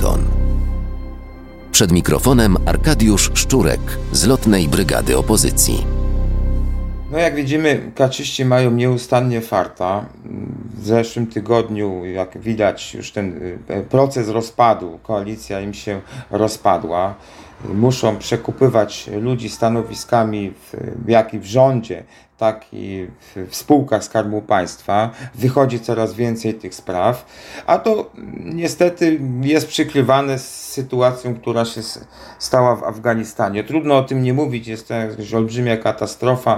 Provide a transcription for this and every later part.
Waszyngton. Przed mikrofonem Arkadiusz Szczurek z Lotnej Brygady Opozycji. No jak widzimy, kaczyści mają nieustannie farta. W zeszłym tygodniu, jak widać, już ten proces rozpadu, koalicja im się rozpadła. Muszą przekupywać ludzi stanowiskami jak i w rządzie, tak i w spółkach Skarbu Państwa. Wychodzi coraz więcej tych spraw, a to niestety jest przykrywane z sytuacją, która się stała w Afganistanie. Trudno o tym nie mówić, jest to jakaś olbrzymia katastrofa,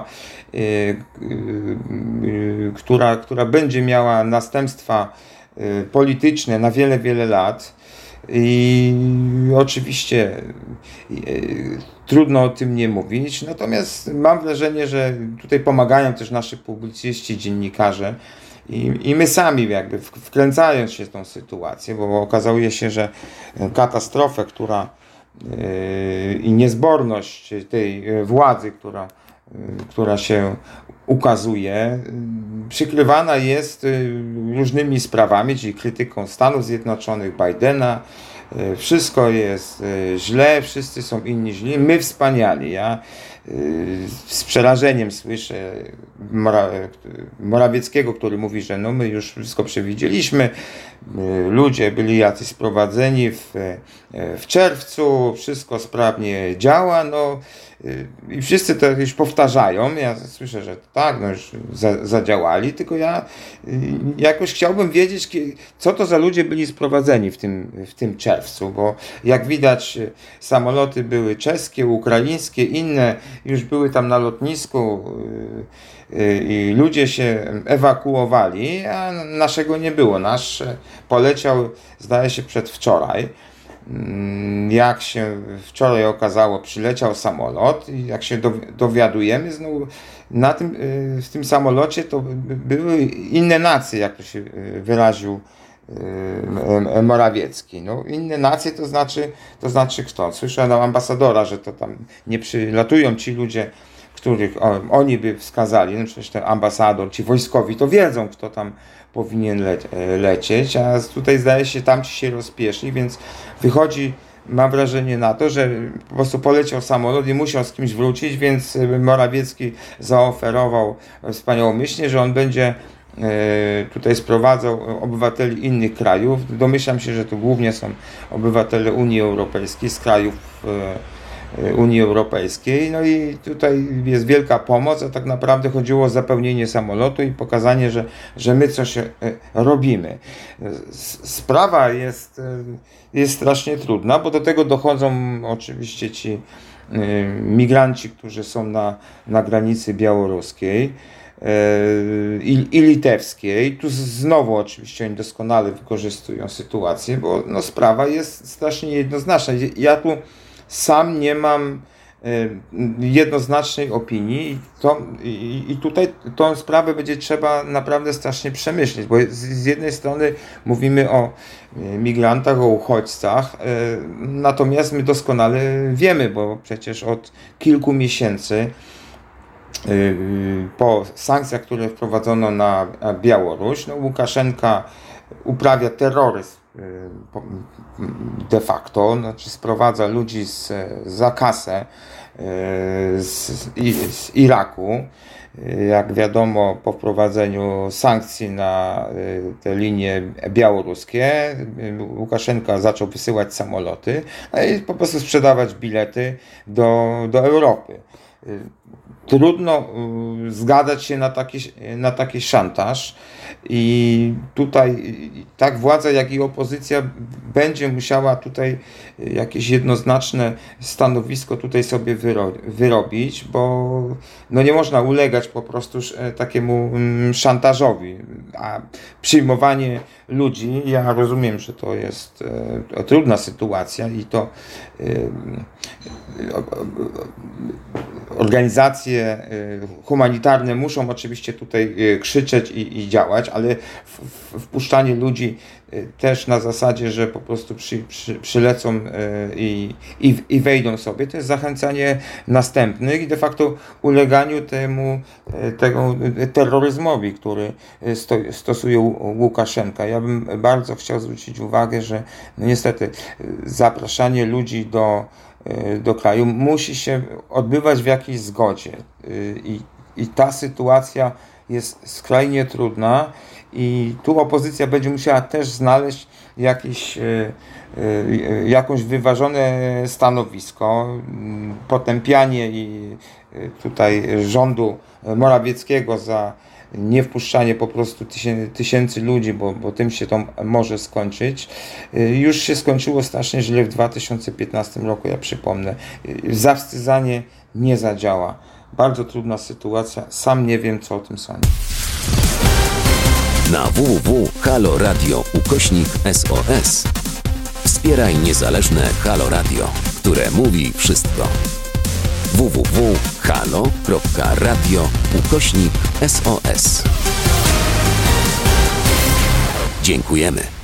która będzie miała następstwa polityczne na wiele, wiele lat. I oczywiście trudno o tym nie mówić, natomiast mam wrażenie, że tutaj pomagają też nasi publicyści, dziennikarze i my sami jakby wkręcając się w tą sytuację, bo okazuje się, że katastrofę, i niezborność tej władzy, która się ukazuje, przykrywana jest różnymi sprawami, czyli krytyką Stanów Zjednoczonych, Bidena. Wszystko jest źle, wszyscy są inni źli, my wspaniali. Ja z przerażeniem słyszę Morawieckiego, który mówi, że no my już wszystko przewidzieliśmy, ludzie byli jacyś sprowadzeni w czerwcu, wszystko sprawnie działa, no i wszyscy to już powtarzają. Ja słyszę, że tak, no już zadziałali, tylko ja jakoś chciałbym wiedzieć, co to za ludzie byli sprowadzeni w tym czerwcu, bo jak widać samoloty były czeskie, ukraińskie, inne już były tam na lotnisku i ludzie się ewakuowali, a naszego nie było. Nasz poleciał, zdaje się, przedwczoraj. Jak się wczoraj okazało, przyleciał samolot i jak się dowiadujemy, znowu w tym samolocie to były inne nacje, jak to się wyraził Morawiecki. No, inne nacje to znaczy kto? Słyszałem ambasadora, że to tam nie przylatują ci ludzie, których oni by wskazali. No przecież ten ambasador, ci wojskowi to wiedzą, kto tam powinien lecieć, a tutaj zdaje się tamci się rozpieszli, więc wychodzi, mam wrażenie na to, że po prostu poleciał samolot i musiał z kimś wrócić, więc Morawiecki zaoferował wspaniałomyślnie, że on będzie tutaj sprowadzał obywateli innych krajów. Domyślam się, że to głównie są obywatele Unii Europejskiej, z krajów Unii Europejskiej. No i tutaj jest wielka pomoc, a tak naprawdę chodziło o zapełnienie samolotu i pokazanie, że my coś robimy. Sprawa jest strasznie trudna, bo do tego dochodzą oczywiście ci migranci, którzy są na granicy białoruskiej i litewskiej. Tu znowu oczywiście oni doskonale wykorzystują sytuację, bo no, sprawa jest strasznie jednoznaczna. Ja tu sam nie mam jednoznacznej opinii i tutaj tą sprawę będzie trzeba naprawdę strasznie przemyśleć, bo z jednej strony mówimy o migrantach, o uchodźcach, natomiast my doskonale wiemy, bo przecież od kilku miesięcy po sankcjach, które wprowadzono na Białoruś, no Łukaszenka uprawia terroryzm de facto, znaczy sprowadza ludzi za kasę z Iraku. Jak wiadomo, po wprowadzeniu sankcji na te linie białoruskie, Łukaszenka zaczął wysyłać samoloty, i po prostu sprzedawać bilety do Europy. Trudno zgadzać się na taki szantaż i tutaj tak władza, jak i opozycja będzie musiała tutaj jakieś jednoznaczne stanowisko tutaj sobie wyrobić, bo no nie można ulegać po prostu takiemu szantażowi, a przyjmowanie ludzi, ja rozumiem, że to jest trudna sytuacja i to organizacje organizacje humanitarne muszą oczywiście tutaj krzyczeć i działać, ale wpuszczanie ludzi też na zasadzie, że po prostu przylecą i wejdą sobie, to jest zachęcanie następnych i de facto uleganiu tego terroryzmowi, który stosuje Łukaszenka. Ja bym bardzo chciał zwrócić uwagę, że niestety zapraszanie ludzi do kraju musi się odbywać w jakiejś zgodzie i ta sytuacja jest skrajnie trudna i tu opozycja będzie musiała też znaleźć jakąś wyważone stanowisko, potępianie i tutaj rządu Morawieckiego za niewpuszczanie po prostu tysięcy ludzi, bo tym się to może skończyć. Już się skończyło strasznie źle w 2015 roku, ja przypomnę. Zawstydzanie nie zadziała. Bardzo trudna sytuacja. Sam nie wiem, co o tym sądzę. Na www.haloradio/SOS wspieraj niezależne Halo Radio, które mówi wszystko. www.halo.radio/SOS. Dziękujemy.